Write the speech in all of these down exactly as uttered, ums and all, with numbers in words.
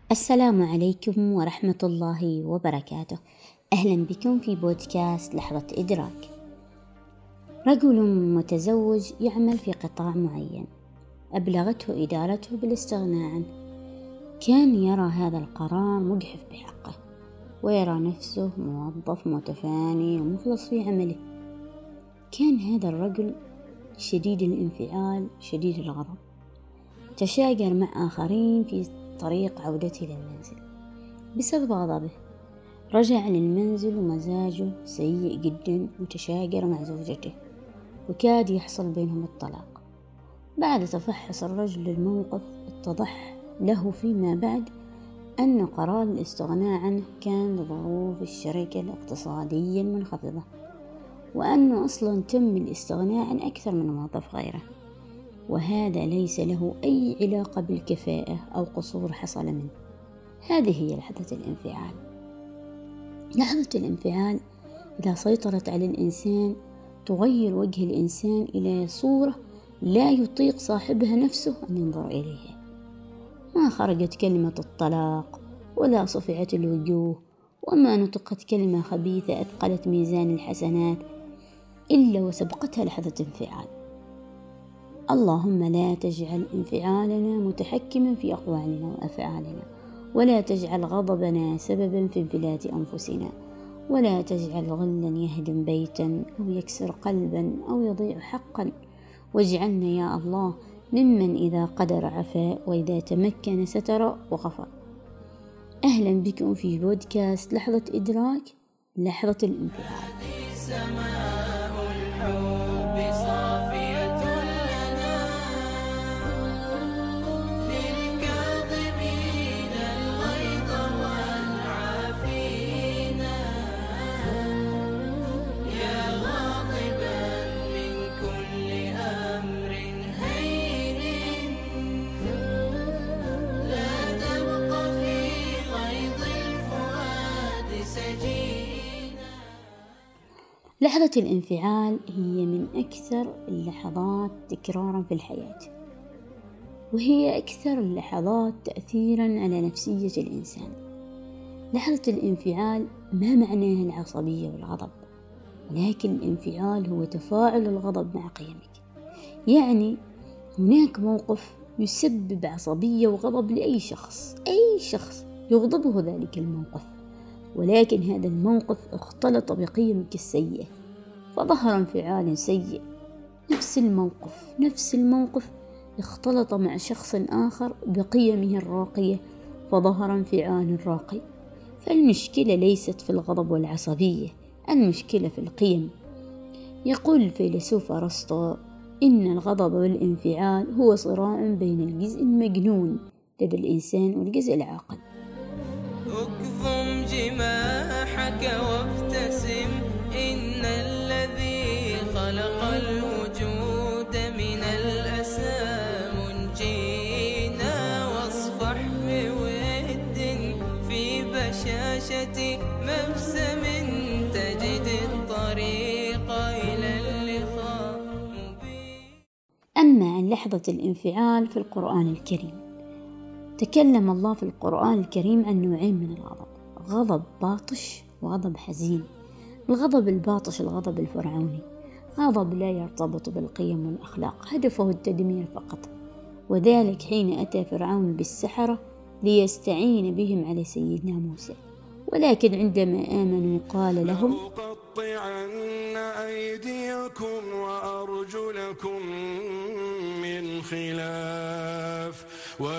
السلام عليكم ورحمة الله وبركاته. أهلا بكم في بودكاست لحظة إدراك. رجل متزوج يعمل في قطاع معين، أبلغته إدارته بالاستغناء عنه. كان يرى هذا القرار مجحف بحقه، ويرى نفسه موظف متفاني ومخلص في عمله. كان هذا الرجل شديد الانفعال شديد الغضب، تشاجر مع آخرين في طريق عودته للمنزل بسبب غضبه. رجع للمنزل ومزاجه سيء جدا، وتشاجر مع زوجته وكاد يحصل بينهم الطلاق. بعد تفحص الرجل للموقف اتضح له فيما بعد أن قرار الاستغناء عنه كان لظروف الشركة الاقتصادية المنخفضة، وأنه أصلا تم الاستغناء عن أكثر من موظف غيره، وهذا ليس له أي علاقة بالكفاءة أو قصور حصل منه. هذه هي لحظة الانفعال. لحظة الانفعال إذا سيطرت على الإنسان تغير وجه الإنسان إلى صورة لا يطيق صاحبها نفسه أن ينظر إليها. ما خرجت كلمة الطلاق، ولا صفعت الوجوه، وما نطقت كلمة خبيثة أثقلت ميزان الحسنات إلا وسبقتها لحظة انفعال. اللهم لا تجعل انفعالنا متحكما في أقوالنا وأفعالنا، ولا تجعل غضبنا سببا في انفلات أنفسنا، ولا تجعل غلا يهدم بيتا أو يكسر قلبا أو يضيع حقا، واجعلنا يا الله ممن إذا قدر عفا، وإذا تمكن ستر وغفر. أهلا بكم في بودكاست لحظة إدراك، لحظة الانفعال. لحظة الانفعال هي من أكثر اللحظات تكرارا في الحياة، وهي أكثر اللحظات تأثيرا على نفسية الإنسان. لحظة الانفعال ما معناها العصبية والغضب، ولكن الانفعال هو تفاعل الغضب مع قيمك. يعني هناك موقف يسبب عصبية وغضب لأي شخص، أي شخص يغضبه ذلك الموقف، ولكن هذا الموقف اختلط بقيمك السيئة فظهر انفعال سيء. نفس الموقف نفس الموقف اختلط مع شخص آخر بقيمه الراقية فظهر انفعال راقي. فالمشكلة ليست في الغضب والعصبية، المشكلة في القيم. يقول الفيلسوف أرسطو إن الغضب والانفعال هو صراع بين الجزء المجنون لدى الإنسان والجزء العاقل. اكظم جماحك وابتسم، إن الذي خلق الوجود من الأسى منجينا، واصفح بود في بشاشة مبسم، تجد الطريق إلى اللقاء مبين. أما عن لحظة الانفعال في القرآن الكريم، تكلم الله في القرآن الكريم عن نوعين من الغضب: غضب باطش وغضب حزين. الغضب الباطش الغضب الفرعوني، غضب لا يرتبط بالقيم والأخلاق، هدفه التدمير فقط، وذلك حين أتى فرعون بالسحرة ليستعين بهم على سيدنا موسى، ولكن عندما آمنوا قال لهم: لأقطعن أيديكم وأرجلكم من خلاف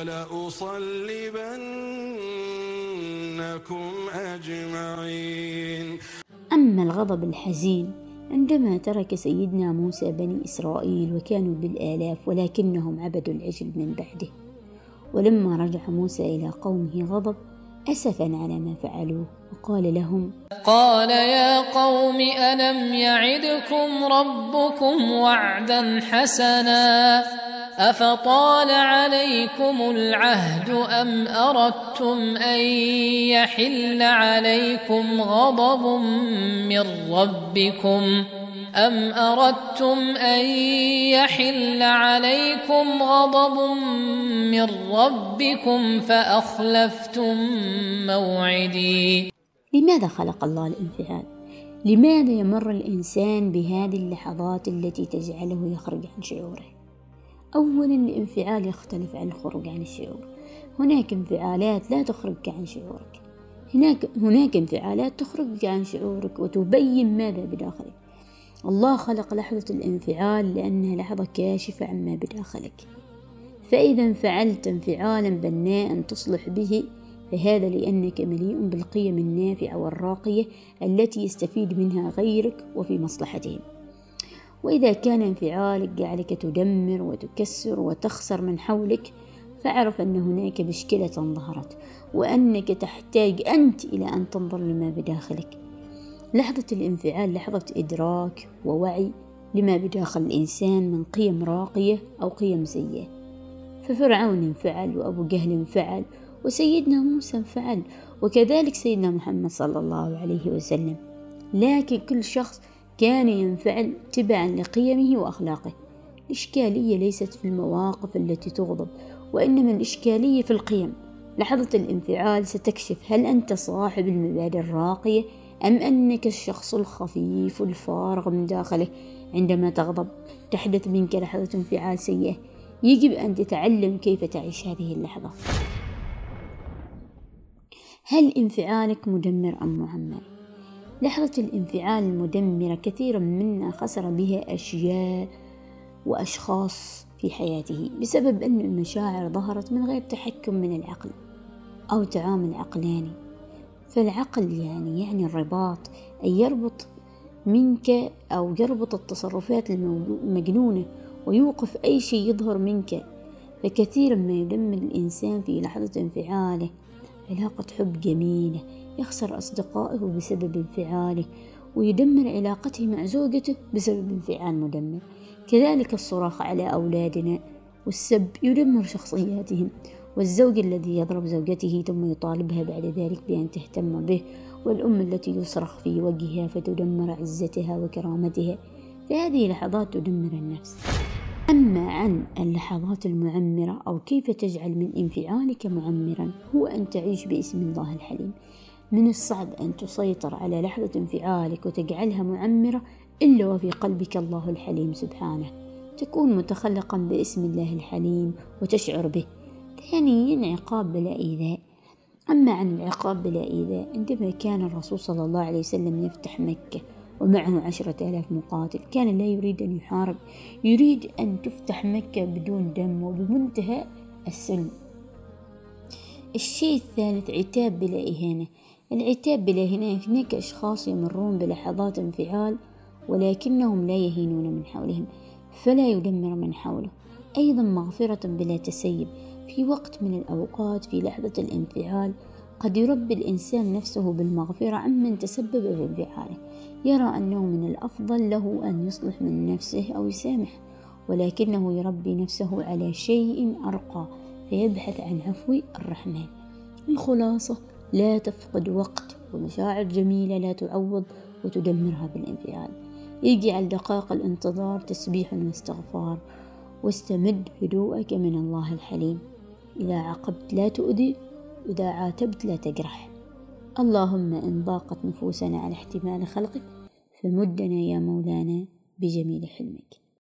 ولأصلبنكم أجمعين. أما الغضب الحزين عندما ترك سيدنا موسى بني إسرائيل وكانوا بالآلاف ولكنهم عبدوا العجل من بعده، ولما رجع موسى إلى قومه غضب أسفا على ما فعلوه، وقال لهم: قال يا قوم ألم يعدكم ربكم وعدا حسنا، أفطال عليكم العهد أم أردتم أن يحل عليكم غضب من ربكم أم أردتم أن يحل عليكم غضب من ربكم فأخلفتم موعدي. لماذا خلق الله الانفعال؟ لماذا يمر الإنسان بهذه اللحظات التي تجعله يخرج عن شعوره؟ أولا، الانفعال يختلف عن الخروج عن الشعور. هناك انفعالات لا تخرجك عن شعورك، هناك هناك انفعالات تخرجك عن شعورك وتبين ماذا بداخلك. الله خلق لحظة الانفعال لأنها لحظة كاشفة عما بداخلك، فإذا انفعلت انفعالا بناء تصلح به فهذا لأنك مليء بالقيم النافعة والراقية التي يستفيد منها غيرك وفي مصلحتهم. وإذا كان انفعالك جعلك تدمر وتكسر وتخسر من حولك فاعرف أن هناك مشكلة ظهرت وأنك تحتاج أنت إلى أن تنظر لما بداخلك. لحظة الانفعال لحظة إدراك ووعي لما بداخل الإنسان من قيم راقية أو قيم سيئة. ففرعون انفعل، وأبو جهل انفعل، وسيدنا موسى انفعل، وكذلك سيدنا محمد صلى الله عليه وسلم. لكن كل شخص كان ينفعل تبعا لقيمه وأخلاقه. الإشكالية ليست في المواقف التي تغضب، وإنما الإشكالية في القيم. لحظة الانفعال ستكشف هل أنت صاحب المبادئ الراقية أم أنك الشخص الخفيف الفارغ من داخله. عندما تغضب تحدث منك لحظة انفعال سيئة، يجب أن تتعلم كيف تعيش هذه اللحظة. هل انفعالك مدمر أم معمر؟ لحظة الانفعال المدمرة كثيرا منا خسر بها أشياء وأشخاص في حياته بسبب أن المشاعر ظهرت من غير تحكم من العقل أو تعامل عقلاني. فالعقل يعني يعني الرباط، أن يربط منك أو يربط التصرفات المجنونة ويوقف أي شيء يظهر منك. فكثيرا ما يدمر الإنسان في لحظة انفعاله علاقة حب جميلة، يخسر أصدقائه بسبب انفعاله، ويدمر علاقته مع زوجته بسبب انفعال مدمر. كذلك الصراخ على أولادنا والسب يدمر شخصياتهم، والزوج الذي يضرب زوجته ثم يطالبها بعد ذلك بأن تهتم به، والأم التي يصرخ في وجهها فتدمر عزتها وكرامتها. فهذه لحظات تدمر النفس. أما عن اللحظات المعمرة أو كيف تجعل من انفعالك معمرا، هو أن تعيش باسم الله الحليم. من الصعب أن تسيطر على لحظة انفعالك وتجعلها معمرة إلا وفي قلبك الله الحليم سبحانه. تكون متخلقا باسم الله الحليم وتشعر به. ثانيا، عقاب بلا إيذاء. أما عن العقاب بلا إيذاء، عندما كان الرسول صلى الله عليه وسلم يفتح مكة ومعه عشرة آلاف مقاتل، كان لا يريد أن يحارب، يريد أن تفتح مكة بدون دم وبمنتهى السلم. الشيء الثالث، عتاب بلا إهانة. العتاب بلا إهانة، هناك أشخاص يمرون بلحظات انفعال ولكنهم لا يهينون من حولهم فلا يدمر من حوله. أيضا مغفرة بلا تسيب. في وقت من الأوقات في لحظة الانفعال قد يربي الإنسان نفسه بالمغفرة عمن تسبب في انفعاله، يرى أنه من الأفضل له أن يصلح من نفسه أو يسامح، ولكنه يربي نفسه على شيء أرقى فيبحث عن عفو الرحمن. الخلاصة، لا تفقد وقت ومشاعر جميلة لا تعوض وتدمرها بالانفعال. اجعل دقائق الانتظار تسبيح واستغفار، واستمد هدوءك من الله الحليم. إذا عاقبت لا تؤذي، إذا عاتبت لا تجرح. اللهم إن ضاقت نفوسنا على احتمال خلقك فمدنا يا مولانا بجميل حلمك.